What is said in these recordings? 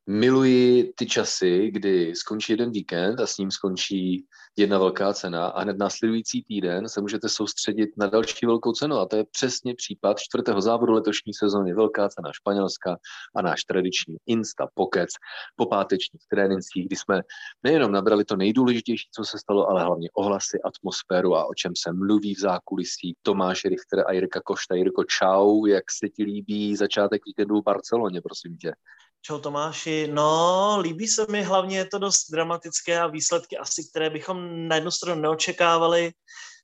Miluji ty časy, kdy skončí jeden víkend a s ním skončí jedna velká cena a hned následující týden se můžete soustředit na další velkou cenu a to je přesně případ čtvrtého závodu letošní sezóny Velká cena Španělska a náš tradiční Insta Pokec po pátečních trénincích, kdy jsme nejenom nabrali to nejdůležitější, co se stalo, ale hlavně ohlasy, atmosféru a o čem se mluví v zákulisí. Tomáš Richter a Jirka Košta. Jirko, čau, jak se ti líbí začátek víkendu v Barceloně, prosím tě? Čau Tomáši, no líbí se mi, hlavně je to dost dramatické a výsledky asi, které bychom na jednu stranu neočekávali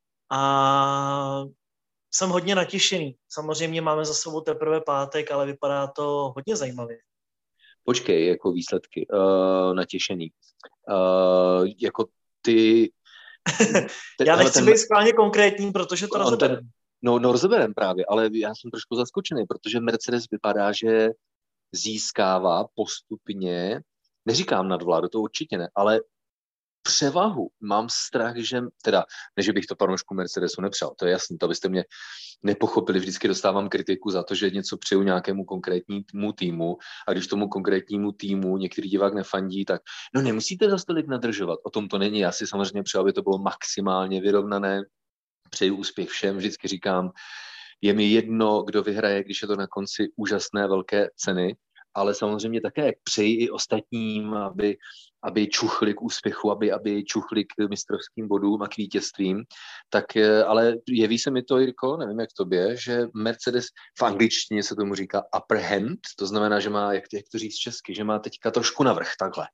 a jsem hodně natěšený. Samozřejmě máme za sebou teprve pátek, ale vypadá to hodně zajímavě. Počkej, jako výsledky, natěšený. Jako ty... Já nechci být schválně konkrétní, protože to rozebereme. No rozebereme právě, ale já jsem trošku zaskočený, protože Mercedes vypadá, že získává postupně, neříkám nadvládu, to určitě ne, ale převahu. Mám strach, že, teda, ne, že bych to fanoušku Mercedesu nepřál, to je jasný, to byste mě nepochopili, vždycky dostávám kritiku za to, že něco přeju nějakému konkrétnímu týmu a když tomu konkrétnímu týmu některý divák nefandí, tak no nemusíte za tolik nadržovat, o tom to není, já si samozřejmě přeju, aby to bylo maximálně vyrovnané, přeju úspěch všem, vždycky říkám, je mi jedno, kdo vyhraje, když je to na konci úžasné velké ceny, ale samozřejmě také přeji i ostatním, aby čuchli k úspěchu, aby čuchli k mistrovským bodům a k vítězstvím. Tak, ale jeví se mi to, Jirko, nevím jak tobě, že Mercedes v angličtině se tomu říká upper hand, to znamená, že má, jak to říct česky, že má teďka trošku navrch, takhle.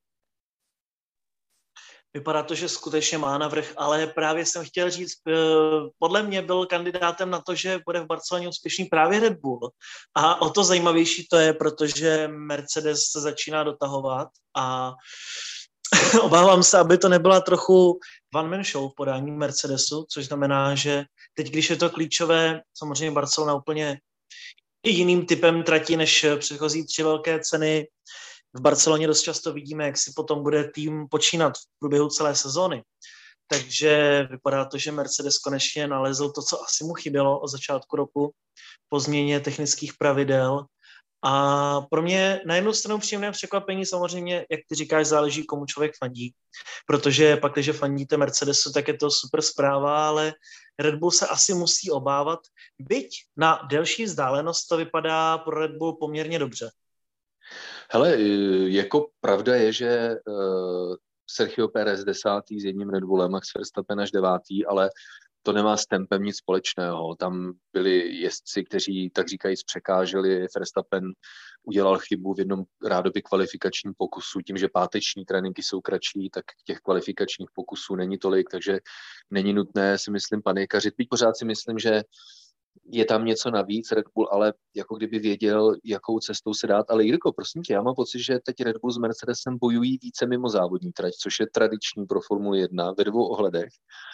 Vypadá to, že skutečně má navrch, ale právě jsem chtěl říct, podle mě byl kandidátem na to, že bude v Barceloně úspěšný právě Red Bull. A o to zajímavější to je, protože Mercedes se začíná dotahovat a obávám se, aby to nebyla trochu one-man show v podání Mercedesu, což znamená, že teď, když je to klíčové, samozřejmě Barcelona úplně i jiným typem tratí než předchozí 3 velké ceny. V Barceloně dost často vidíme, jak si potom bude tým počínat v průběhu celé sezóny. Takže vypadá to, že Mercedes konečně nalezl to, co asi mu chybělo od začátku roku po změně technických pravidel. A pro mě na jednu stranu příjemné překvapení samozřejmě, jak ty říkáš, záleží, komu člověk fandí. Protože pak, když fandíte Mercedesu, tak je to super zpráva, ale Red Bull se asi musí obávat. Byť na delší vzdálenost to vypadá pro Red Bull poměrně dobře. Hele, jako pravda je, že Sergio Pérez 10. s jedním Red Bullem, Max Verstappen až 9., ale to nemá s tempem nic společného. Tam byli jezdci, kteří tak říkajíc překáželi. Verstappen udělal chybu v jednom rádoby kvalifikačním pokusu. Tím, že páteční tréninky jsou kratší, tak těch kvalifikačních pokusů není tolik, takže není nutné, si myslím, panikařit. Byť pořád si myslím, že je tam něco navíc Red Bull, ale jako kdyby věděl, jakou cestou se dát. Ale Jirko, prosím tě, já mám pocit, že teď Red Bull s Mercedesem bojují více mimo závodní trať, což je tradiční pro Formuli 1 ve 2 ohledech.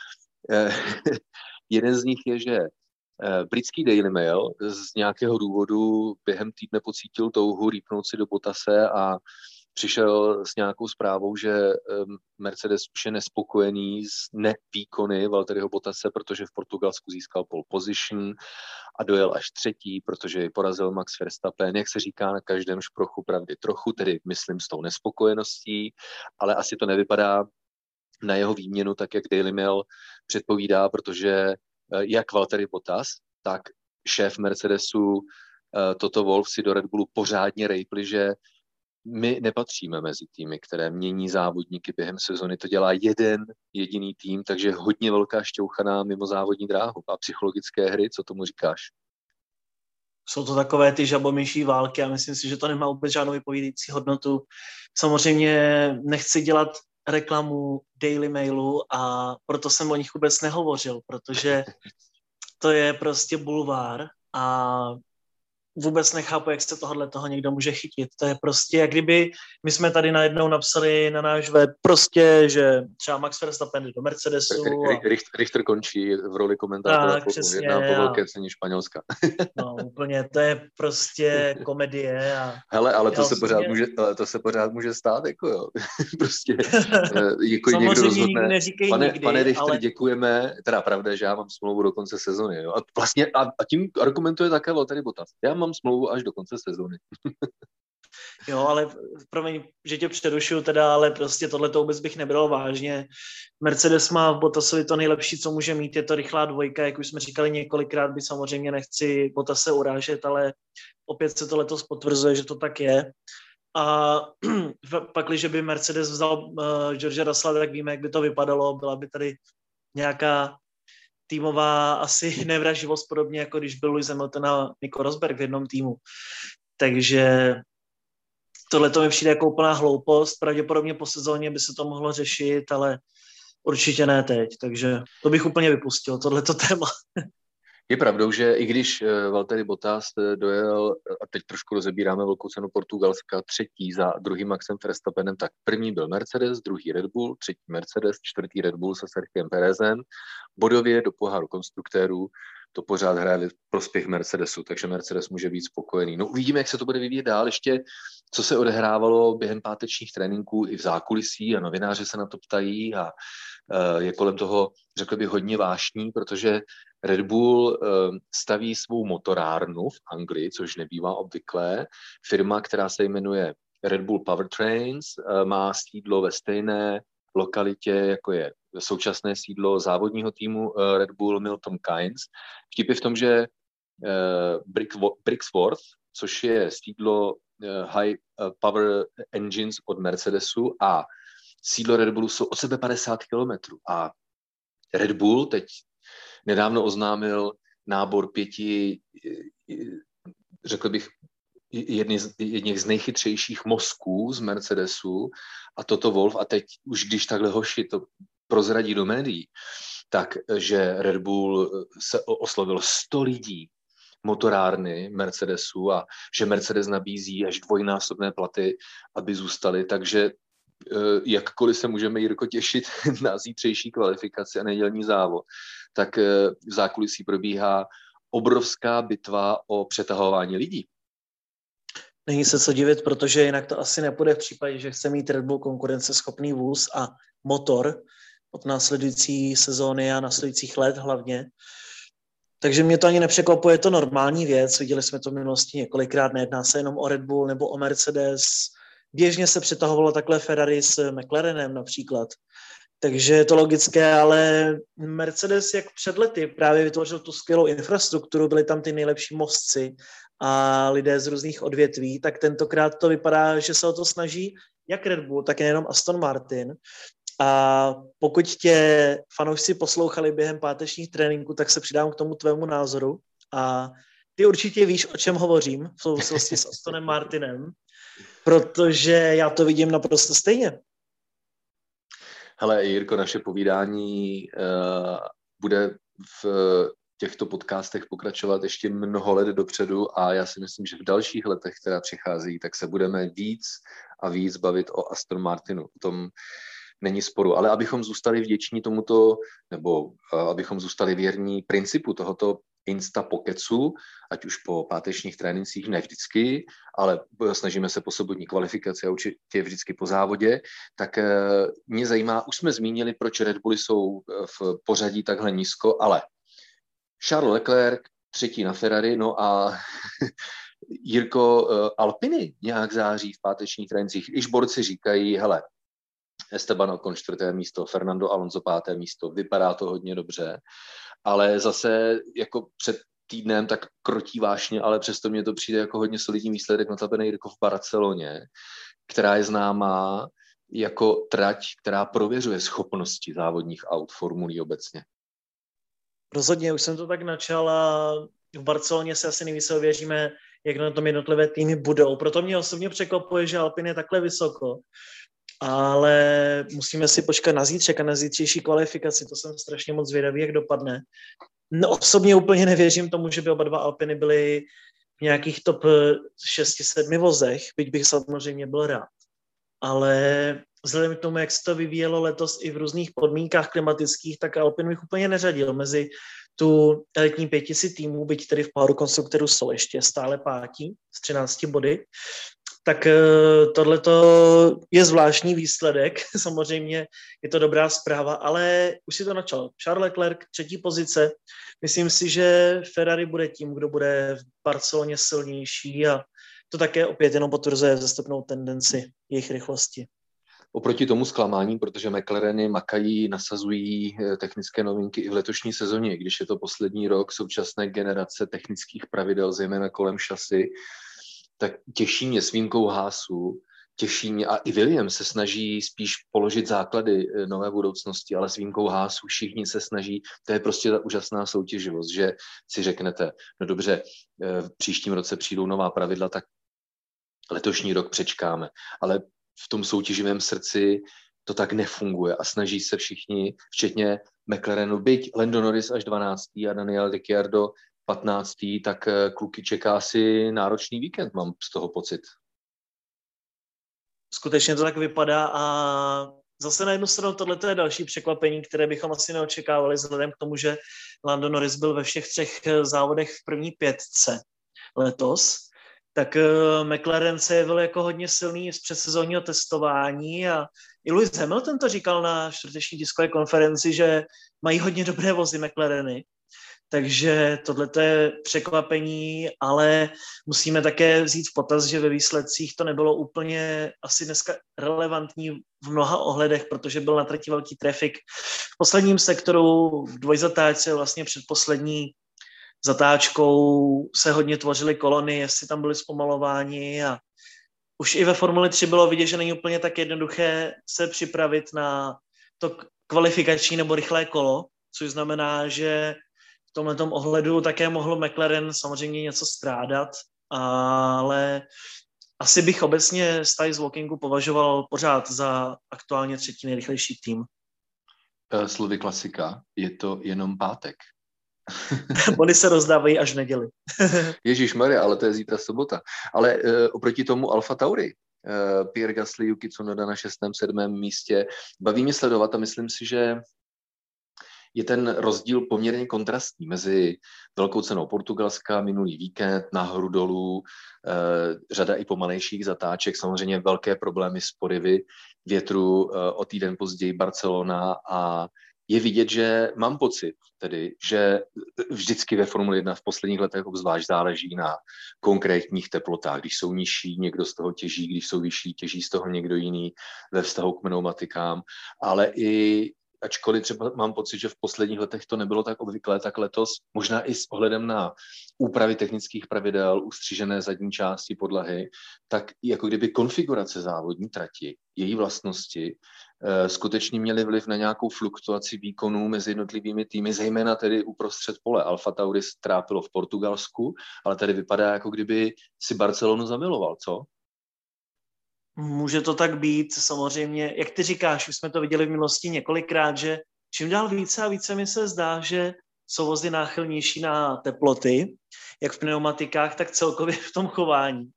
Jeden z nich je, že britský Daily Mail z nějakého důvodu během týdne pocítil touhu rýpnout si do Bottase a přišel s nějakou zprávou, že Mercedes už je nespokojený s nevýkony Valtteriho Bottase, protože v Portugalsku získal pole position a dojel až 3., protože ji porazil Max Verstappen. Jak se říká, na každém šprochu pravdy trochu, tedy myslím s tou nespokojeností, ale asi to nevypadá na jeho výměnu, tak jak Daily Mail předpovídá, protože jak Valtteri Bottas, tak šéf Mercedesu Toto Wolff si do Red Bullu pořádně rejpli, že my nepatříme mezi týmy, které mění závodníky během sezony. To dělá jeden jediný tým, takže hodně velká šťoucha na mimozávodní dráhu a psychologické hry. Co tomu říkáš? Jsou to takové ty žabomyší války a myslím si, že to nemá vůbec žádnou vypovídající hodnotu. Samozřejmě nechci dělat reklamu Daily Mailu a proto jsem o nich vůbec nehovořil, protože to je prostě bulvár a vůbec nechápu, jak se toho někdo může chytit. To je prostě, jak kdyby my jsme tady najednou napsali na náš web prostě, že třeba Max Verstappen jde do Mercedesu. Richter končí v roli komentátora po velké ceně Španělska. No úplně, to je prostě komedie. Hele, ale to se pořád může stát, jako jo. Prostě jako někdo rozhodne. Neříkej nikdy, pane Richter, ale děkujeme. Teda pravda, že já mám smlouvu do konce sezony. Jo. A vlastně a tím argumentuje také Valtteri Bottas. Já mám smlouvu až do konce sezony. Jo, ale promiň, že tě přerušuju teda, ale prostě tohleto vůbec bych nebral vážně. Mercedes má v Bottasovi to nejlepší, co může mít, je to rychlá dvojka, jak už jsme říkali několikrát, by samozřejmě nechci Bottase urážet, ale opět se to letos potvrzuje, že to tak je. A pakliže by Mercedes vzal George Russella, tak víme, jak by to vypadalo, byla by tady nějaká týmová asi nevraživost, podobně jako když byl Lewis Hamilton a Nico Rosberg v jednom týmu. Takže tohle to mi přijde jako úplná hloupost. Pravděpodobně po sezóně by se to mohlo řešit, ale určitě ne teď. Takže to bych úplně vypustil, tohleto téma. Je pravdou, že i když Valtteri Bottas dojel, a teď trošku rozebíráme velkou cenu Portugalska, třetí za druhým Maxem Verstappenem, tak první byl Mercedes, druhý Red Bull, třetí Mercedes, čtvrtý Red Bull se Sergiem Perezem. Bodově do poháru konstruktérů to pořád hraje v prospěch Mercedesu, takže Mercedes může být spokojený. No uvidíme, jak se to bude vyvíjet dál. Ještě co se odehrávalo během pátečních tréninků i v zákulisí a novináři se na to ptají a je kolem toho, řekl bych, hodně vášní, protože Red Bull staví svou motorárnu v Anglii, což nebývá obvyklé. Firma, která se jmenuje Red Bull Powertrains, má sídlo ve stejné lokalitě, jako je současné sídlo závodního týmu Red Bull Milton Keynes. Vtip je v tom, že Brixworth, což je sídlo High Power Engines od Mercedesu, a sídlo Red Bullu jsou od sebe 50 kilometrů. A Red Bull teď nedávno oznámil nábor 5, řekl bych, jedných z nejchytřejších mozků z Mercedesu, a Toto Wolff, a teď už když takhle hoši to prozradí do médií, tak že Red Bull se oslovil 100 lidí motorárny Mercedesu a že Mercedes nabízí až dvojnásobné platy, aby zůstali, takže jakkoliv se můžeme, Jirko, těšit na zítřejší kvalifikaci a nedělní závod, tak v zákulisí probíhá obrovská bitva o přetahování lidí. Není se co divit, protože jinak to asi nepůjde v případě, že chce mít Red Bull konkurenceschopný vůz a motor od následující sezóny a následujících let hlavně. Takže mě to ani nepřekvapuje, je to normální věc, viděli jsme to v minulosti několikrát, nejedná se jenom o Red Bull nebo o Mercedes. Běžně se přetahovalo takhle Ferrari s McLarenem například. Takže je to logické, ale Mercedes jak před lety právě vytvořil tu skvělou infrastrukturu, byli tam ty nejlepší mostci a lidé z různých odvětví, tak tentokrát to vypadá, že se o to snaží jak Red Bull, tak nejenom Aston Martin. A pokud tě fanoušci poslouchali během pátečních tréninků, tak se přidám k tomu tvému názoru. A ty určitě víš, o čem hovořím v souvislosti s Astonem Martinem, protože já to vidím naprosto stejně. Hele, Jirko, naše povídání bude v těchto podcastech pokračovat ještě mnoho let dopředu a já si myslím, že v dalších letech, která přichází, tak se budeme víc a víc bavit o Aston Martinu. O tom není sporu, ale abychom zůstali vděční tomuto, nebo abychom zůstali věrní principu tohoto Insta-pokecu, ať už po pátečních trénincích, ne vždycky, ale snažíme se po sobotní kvalifikaci a určitě vždycky po závodě, tak mě zajímá, už jsme zmínili, proč Red Bulli jsou v pořadí takhle nízko, ale Charles Leclerc, třetí na Ferrari, no a Jirko, Alpiny nějak září v pátečních trénincích, když borci říkají, hele, Esteban Ocon 4. místo, Fernando Alonso 5. místo, vypadá to hodně dobře, ale zase jako před týdnem tak krotí vášně, ale přesto mně to přijde jako hodně solidní výsledek, notabene Jirko v Barceloně, která je známá jako trať, která prověřuje schopnosti závodních aut formulí obecně. Rozhodně, už jsem to tak načal a v Barceloně se asi nejvíce ověříme, jak na tom jednotlivé týmy budou. Proto mě osobně překvapuje, že Alpine je takhle vysoko. Ale musíme si počkat na zítřek a na zítřejší kvalifikaci. To jsem strašně moc zvědavý, jak dopadne. No, osobně úplně nevěřím tomu, že by oba dva Alpiny byly v nějakých top 6-7 vozech, byť bych samozřejmě byl rád. Ale vzhledem k tomu, jak se to vyvíjelo letos i v různých podmínkách klimatických, tak Alpin bych úplně neřadil mezi tu elitní 500 týmů, byť tedy v páru konstruktorů jsou ještě stále pátí s 13 body. Tak tohleto je zvláštní výsledek, samozřejmě je to dobrá zpráva, ale už si to načal. Charles Leclerc, 3. pozice. Myslím si, že Ferrari bude tím, kdo bude v Barceloně silnější a to také opět jenom potvrzuje zastupnou tendenci jejich rychlosti. Oproti tomu zklamání, protože McLareny makají, nasazují technické novinky i v letošní sezóně, když je to poslední rok současné generace technických pravidel, zejména kolem šasy, tak těší mě s výjimkou Haasu, těší mě, a i Williams se snaží spíš položit základy nové budoucnosti, ale s výjimkou Haasu všichni se snaží, to je prostě ta úžasná soutěživost, že si řeknete, no dobře, v příštím roce přijdou nová pravidla, tak letošní rok přečkáme, ale v tom soutěživém srdci to tak nefunguje a snaží se všichni, včetně McLarenu, byť Lando Norris až 12. a Daniel Ricciardo 15. tak kluky čeká si náročný víkend, mám z toho pocit. Skutečně to tak vypadá a zase na jednu stranu tohle je další překvapení, které bychom asi neočekávali vzhledem k tomu, že Lando Norris byl ve všech 3 závodech v první 5 letos. Tak McLaren se jevil jako hodně silný z předsezónního testování a i Lewis Hamilton to říkal na čtvrteční tiskové konferenci, že mají hodně dobré vozy McLareny. Takže tohle je překvapení, ale musíme také vzít v potaz, že ve výsledcích to nebylo úplně asi dneska relevantní v mnoha ohledech, protože byl na trati velký trafik. V posledním sektoru v dvojzatáčce vlastně před poslední zatáčkou se hodně tvořily kolony, jestli tam byly zpomalováni a už i ve Formuli 3 bylo vidět, že není úplně tak jednoduché se připravit na to kvalifikační nebo rychlé kolo, což znamená, že v tomhletom ohledu také mohl McLaren samozřejmě něco strádat, ale asi bych obecně Sty z Walkingu považoval pořád za aktuálně 3. nejrychlejší tým. Slovy klasika, je to jenom pátek. Body se rozdávají až v neděli. Ježišmarja, ale to je zítra sobota. Ale oproti tomu Alfa Tauri, Pierre Gasly, Yuki Tsunoda na 6., 7. místě. Baví mě sledovat a myslím si, že je ten rozdíl poměrně kontrastní mezi velkou cenou Portugalska, minulý víkend, nahoru dolů, řada i pomalejších zatáček, samozřejmě velké problémy s porivy větru, o týden později Barcelona a je vidět, že mám pocit tedy, že vždycky ve Formule 1 v posledních letech obzvlášť záleží na konkrétních teplotách. Když jsou nižší, někdo z toho těží, když jsou vyšší, těží z toho někdo jiný ve vztahu k pneumatikám, ale i ačkoliv třeba mám pocit, že v posledních letech to nebylo tak obvyklé, tak letos možná i s ohledem na úpravy technických pravidel, ustřižené zadní části podlahy, tak jako kdyby konfigurace závodní trati, její vlastnosti, skutečně měly vliv na nějakou fluktuaci výkonů mezi jednotlivými týmy, zejména tedy uprostřed pole. Alfa Tauri trápilo v Portugalsku, ale tady vypadá, jako kdyby si Barcelonu zamiloval, co? Může to tak být, samozřejmě, jak ty říkáš, už jsme to viděli v minulosti několikrát, že čím dál více a více mi se zdá, že jsou vozy náchylnější na teploty, jak v pneumatikách, tak celkově v tom chování.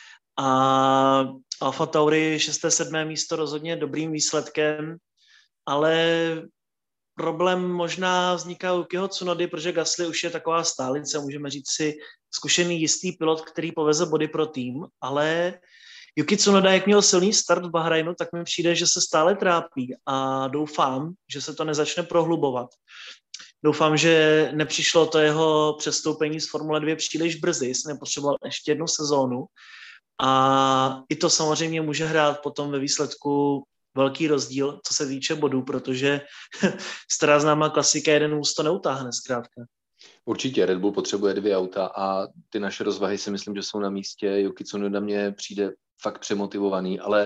A Alfa Tauri 6., 7. místo rozhodně dobrým výsledkem, ale problém možná vzniká u Yukiho Tsunody, protože Gasly už je taková stálice, můžeme říct si zkušený jistý pilot, který poveze body pro tým, ale Yuki Tsunoda, jak měl silný start v Bahrajnu, tak mi přijde, že se stále trápí a doufám, že se to nezačne prohlubovat. Doufám, že nepřišlo to jeho přestoupení z Formule 2 příliš brzy, jestli nepotřeboval ještě 1 sezónu. A i to samozřejmě může hrát potom ve výsledku velký rozdíl, co se týče bodů, protože stará známá klasika, jeden vůz to neutáhne zkrátka. Určitě, Red Bull potřebuje 2 auta a ty naše rozvahy si myslím, že jsou na místě. Yuki Tsunoda mě přijde fakt přemotivovaný, ale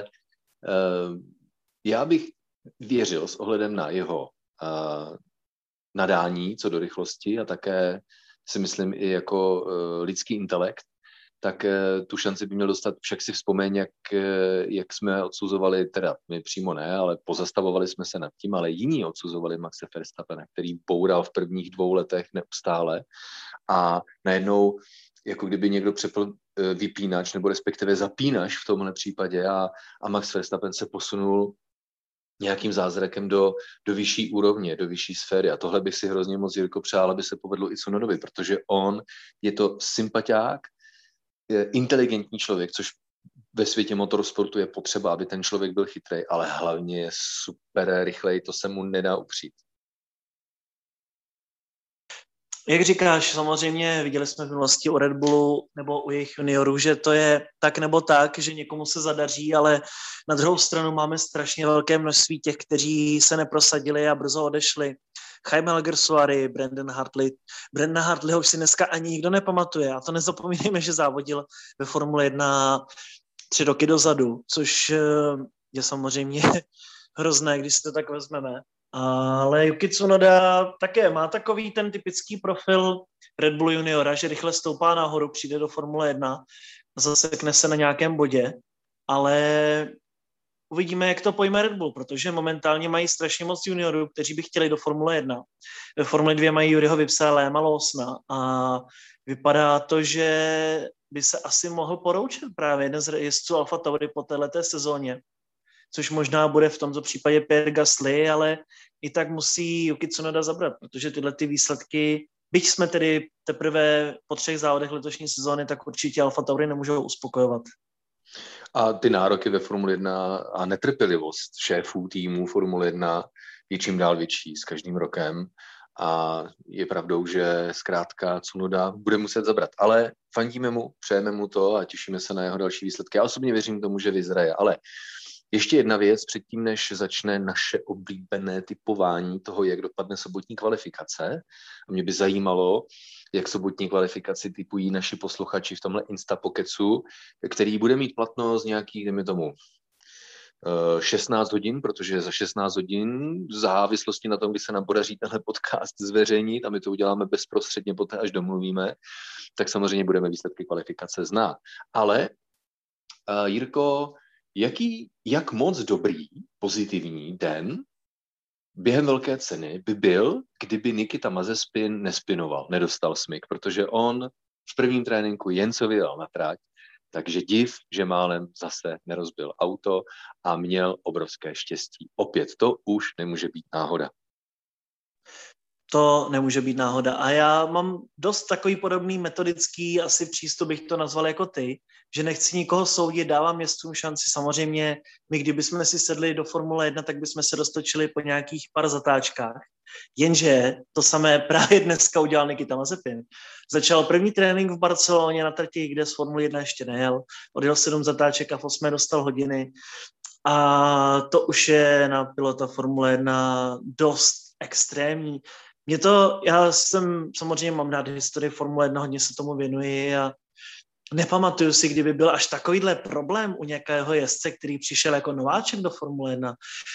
já bych věřil s ohledem na jeho nadání co do rychlosti a také si myslím i jako lidský intelekt, tak tu šanci by měl dostat. Však si vzpomeň, jak jsme odsuzovali, teda my přímo ne, ale pozastavovali jsme se nad tím, ale jiní odsuzovali Maxe Verstappena, který boural v prvních 2 letech neustále a najednou jako kdyby někdo přepl vypínač nebo respektive zapínač v tomhle případě a Max Verstappen se posunul nějakým zázrakem do vyšší úrovně, do vyšší sféry. A tohle bych si hrozně moc, Jirko, přál, aby se povedlo i Tsunodovi, protože on je to sympatiák, inteligentní člověk, což ve světě motorsportu je potřeba, aby ten člověk byl chytrý, ale hlavně je super rychlej, to se mu nedá upřít. Jak říkáš, samozřejmě viděli jsme v minulosti u Red Bullu nebo u jejich juniorů, že to je tak nebo tak, že někomu se zadaří, ale na druhou stranu máme strašně velké množství těch, kteří se neprosadili a brzo odešli. Jaime Alguersuari, Brandon Hartley. Brandon Hartleyho už si dneska ani nikdo nepamatuje. A to nezapomínejme, že závodil ve Formule 1 3 roky dozadu, což je samozřejmě hrozné, když si to tak vezmeme. Ale Yuki Tsunoda také má takový ten typický profil Red Bull juniora, že rychle stoupá nahoru, přijde do Formule 1 a zasekne se na nějakém bodě, ale uvidíme, jak to pojme Red Bull, protože momentálně mají strašně moc juniorů, kteří by chtěli do Formule 1. Ve Formule 2 mají Juriho Vipsa, Léma Lawsona a vypadá to, že by se asi mohl poroučet právě jeden z jezdců Alfa Tauri po téhleté sezóně, což možná bude v tomto případě Pierre Gasly, ale i tak musí Yuki Tsunoda zabrat, protože tyhle ty výsledky, byť jsme tedy teprve po 3 závodech letošní sezóny, tak určitě Alfa Tauri nemůžou uspokojovat. A ty nároky ve Formule 1 a netrpělivost šéfů týmů Formule 1 je čím dál větší s každým rokem. A je pravdou, že zkrátka Tsunoda bude muset zabrat. Ale fandíme mu, přejeme mu to a těšíme se na jeho další výsledky. Já osobně věřím tomu, že vyzraje. Ale ještě jedna věc předtím, než začne naše oblíbené typování toho, jak dopadne sobotní kvalifikace. A mě by zajímalo, jak sobotní kvalifikaci typují naši posluchači v tomhle Instapokecu, který bude mít platnost nějakých, dejme tomu, 16 hodin, protože za 16 hodin v závislosti na tom, kdy se nám podaří tenhle podcast zveřejnit a my to uděláme bezprostředně poté, až domluvíme, tak samozřejmě budeme výsledky kvalifikace znát. Ale Jirko, jak moc dobrý, pozitivní den během velké ceny by byl, kdyby Nikita Mazepin nespinoval, nedostal smyk, protože on v prvním tréninku jen co vyjel na trať, takže div, že málem zase nerozbil auto a měl obrovské štěstí. Opět to už nemůže být náhoda. To nemůže být náhoda. A já mám dost takový podobný metodický asi přístup, bych to nazval jako ty, že nechci nikoho soudit, dávám městům šanci. Samozřejmě my, kdybychom si sedli do Formule 1, tak bychom se roztočili po nějakých pár zatáčkách. Jenže to samé právě dneska udělal Nikita Mazepin. Začal první trénink v Barceloně na trati, kde z Formule 1 ještě nejel. Odjel 7 zatáček a v 8 dostal hodiny. A to už je na pilota Formule 1 dost extrémní. Já jsem samozřejmě mám rád historii Formule 1, hodně se tomu věnuji a nepamatuju si, kdyby byl až takovýhle problém u nějakého jezdce, který přišel jako nováček do Formule 1.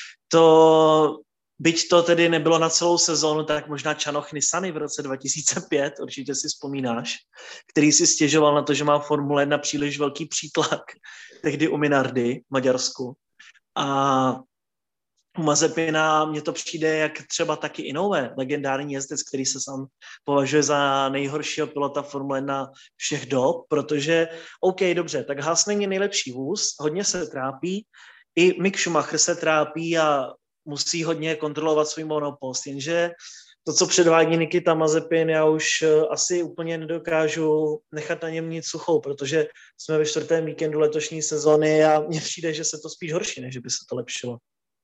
Byť to tedy nebylo na celou sezónu, tak možná Čanoch Nissany v roce 2005, určitě si vzpomínáš, který si stěžoval na to, že má Formule 1 příliš velký přítlak, tehdy u Minardi v Maďarsku. A u Mazepina mně to přijde jak třeba taky Inoue, legendární jezdec, který se sám považuje za nejhoršího pilota Formule 1 všech dob, protože OK, dobře, tak Haas není nejlepší vůz, hodně se trápí, i Mick Schumacher se trápí a musí hodně kontrolovat svůj monopost, jenže to, co předvádí Nikita Mazepin, já už asi úplně nedokážu nechat na něm nic suchou, protože jsme ve 4. víkendu letošní sezony a mně přijde, že se to spíš horší, než by se to lepšilo.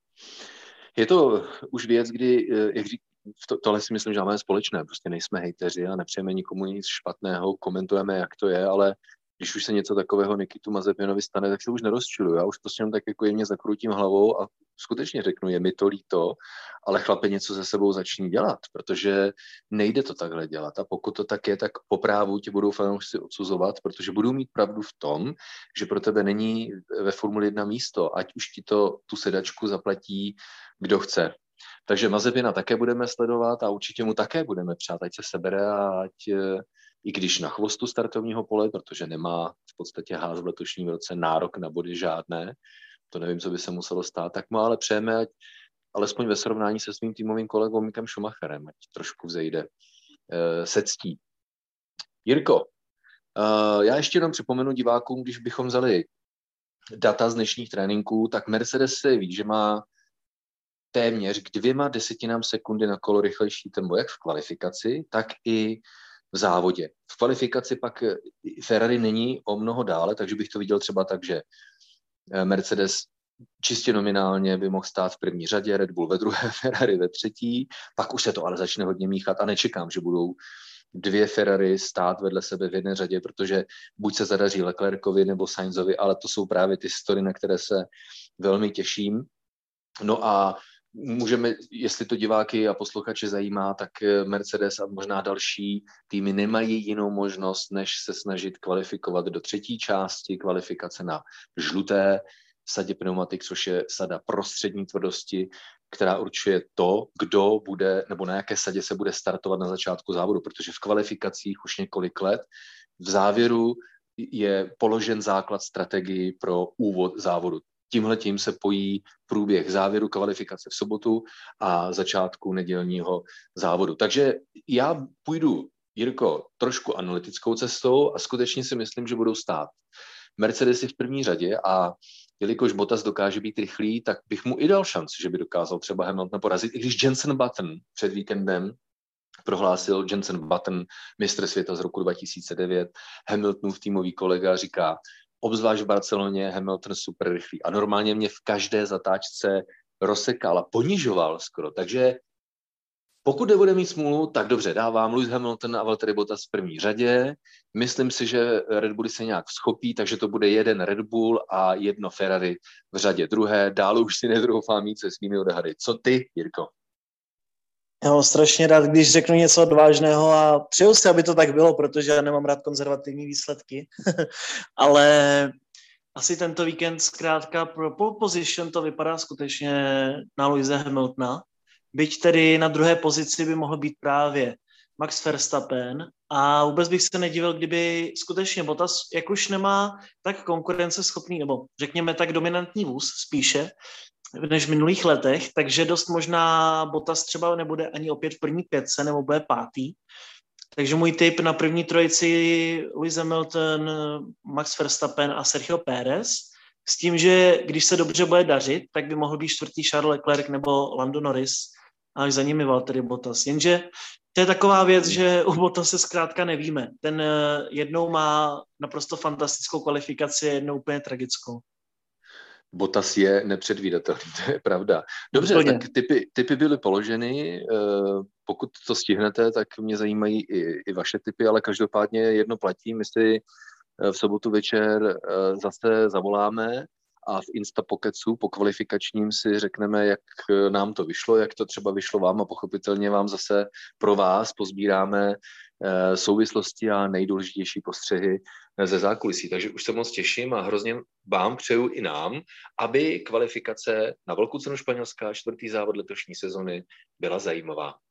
Je to už věc, kdy, jak tohle si myslím, že máme společné, prostě nejsme hejteři a nepřejeme nikomu nic špatného, komentujeme, jak to je, ale když už se něco takového Nikitu Mazepinovi stane, tak se už nerozčiluju. Já už prostě jenom tak jako jemně zakrutím hlavou a skutečně řeknu, je mi to líto, ale chlape, něco se sebou začni dělat, protože nejde to takhle dělat a pokud to tak je, tak po právu tě budou fanoušci odsuzovat, protože budou mít pravdu v tom, že pro tebe není ve Formuli 1 místo, ať už ti to tu sedačku zaplatí kdo chce. Takže Mazepina také budeme sledovat a určitě mu také budeme přát, ať se sebere a ať i když na chvostu startovního pole, protože nemá v podstatě Haas v letošním roce nárok na body žádné, to nevím, co by se muselo stát, tak mu ale přejeme, ať alespoň ve srovnání se svým týmovým kolegou Mickem Schumacherem, ať trošku vzejde se ctí. Jirko, já ještě jenom připomenu divákům, když bychom vzali data z dnešních tréninků, tak Mercedes se ví, že má téměř k 0,2 sekundy na kolo rychlejší tempo, jak v kvalifikaci, tak i v závodě. V kvalifikaci pak Ferrari není o mnoho dále, takže bych to viděl třeba tak, že Mercedes čistě nominálně by mohl stát v první řadě, Red Bull ve druhé, Ferrari ve třetí, pak už se to ale začne hodně míchat a nečekám, že budou 2 Ferrari stát vedle sebe v jedné řadě, protože buď se zadaří Leclercovi nebo Sainzovi, ale to jsou právě ty story, na které se velmi těším. No a můžeme, jestli to diváky a posluchače zajímá, tak Mercedes a možná další týmy nemají jinou možnost, než se snažit kvalifikovat do 3. části kvalifikace na žluté sadě pneumatik, což je sada prostřední tvrdosti, která určuje to, kdo bude, nebo na jaké sadě se bude startovat na začátku závodu, protože v kvalifikacích už několik let v závěru je položen základ strategii pro úvod závodu. Tímhletím se pojí průběh závěru kvalifikace v sobotu a začátku nedělního závodu. Takže já půjdu, Jirko, trošku analytickou cestou a skutečně si myslím, že budou stát Mercedesy v první řadě a jelikož Bottas dokáže být rychlý, tak bych mu i dal šanci, že by dokázal třeba Hamiltona porazit, i když Jenson Button před víkendem prohlásil, Jenson Button, mistr světa z roku 2009, Hamiltonův týmový kolega, říká, obzvlášť v Barceloně Hamilton super rychlý a normálně mě v každé zatáčce rozsekal a ponižoval skoro, takže pokud nebude mít smůlu, tak dobře, dávám Lewis Hamilton a Valtteri Bottas v první řadě. Myslím si, že Red Bulli se nějak vzchopí, takže to bude 1 Red Bull a 1 Ferrari v řadě druhé. Dále už si netroufám mít se svými odhady. Co ty, Jirko? Já mám strašně rád, když řeknu něco odvážného a přeju si, aby to tak bylo, protože já nemám rád konzervativní výsledky. Ale asi tento víkend zkrátka pro pole position to vypadá skutečně na Lewise Hamiltona. Byť tedy na druhé pozici by mohl být právě Max Verstappen a vůbec bych se nedivil, kdyby skutečně Bottas, jak už nemá tak konkurenceschopný, nebo řekněme tak dominantní vůz spíše, než v minulých letech, takže dost možná Bottas třeba nebude ani opět v první 5 nebo bude 5. Takže můj tip na první trojici Lewis Hamilton, Max Verstappen a Sergio Pérez, s tím, že když se dobře bude dařit, tak by mohl být 4. Charles Leclerc nebo Lando Norris a až za nimi Valtteri Bottas. Jenže to je taková věc, že u Bottas se zkrátka nevíme. Ten jednou má naprosto fantastickou kvalifikaci, jednou úplně tragickou. Bottas je nepředvídatelný, to je pravda. Dobře, Úplně. tak typy byly položeny. Pokud to stihnete, tak mě zajímají i vaše typy, ale každopádně jedno platí. My si v sobotu večer zase zavoláme a v Instapokecu po kvalifikačním si řekneme, jak nám to vyšlo, jak to třeba vyšlo vám a pochopitelně vám zase pro vás pozbíráme souvislosti a nejdůležitější postřehy ze zákulisí. Takže už se moc těším a hrozně vám přeju i nám, aby kvalifikace na Velkou cenu Španělska, 4. závod letošní sezony, byla zajímavá.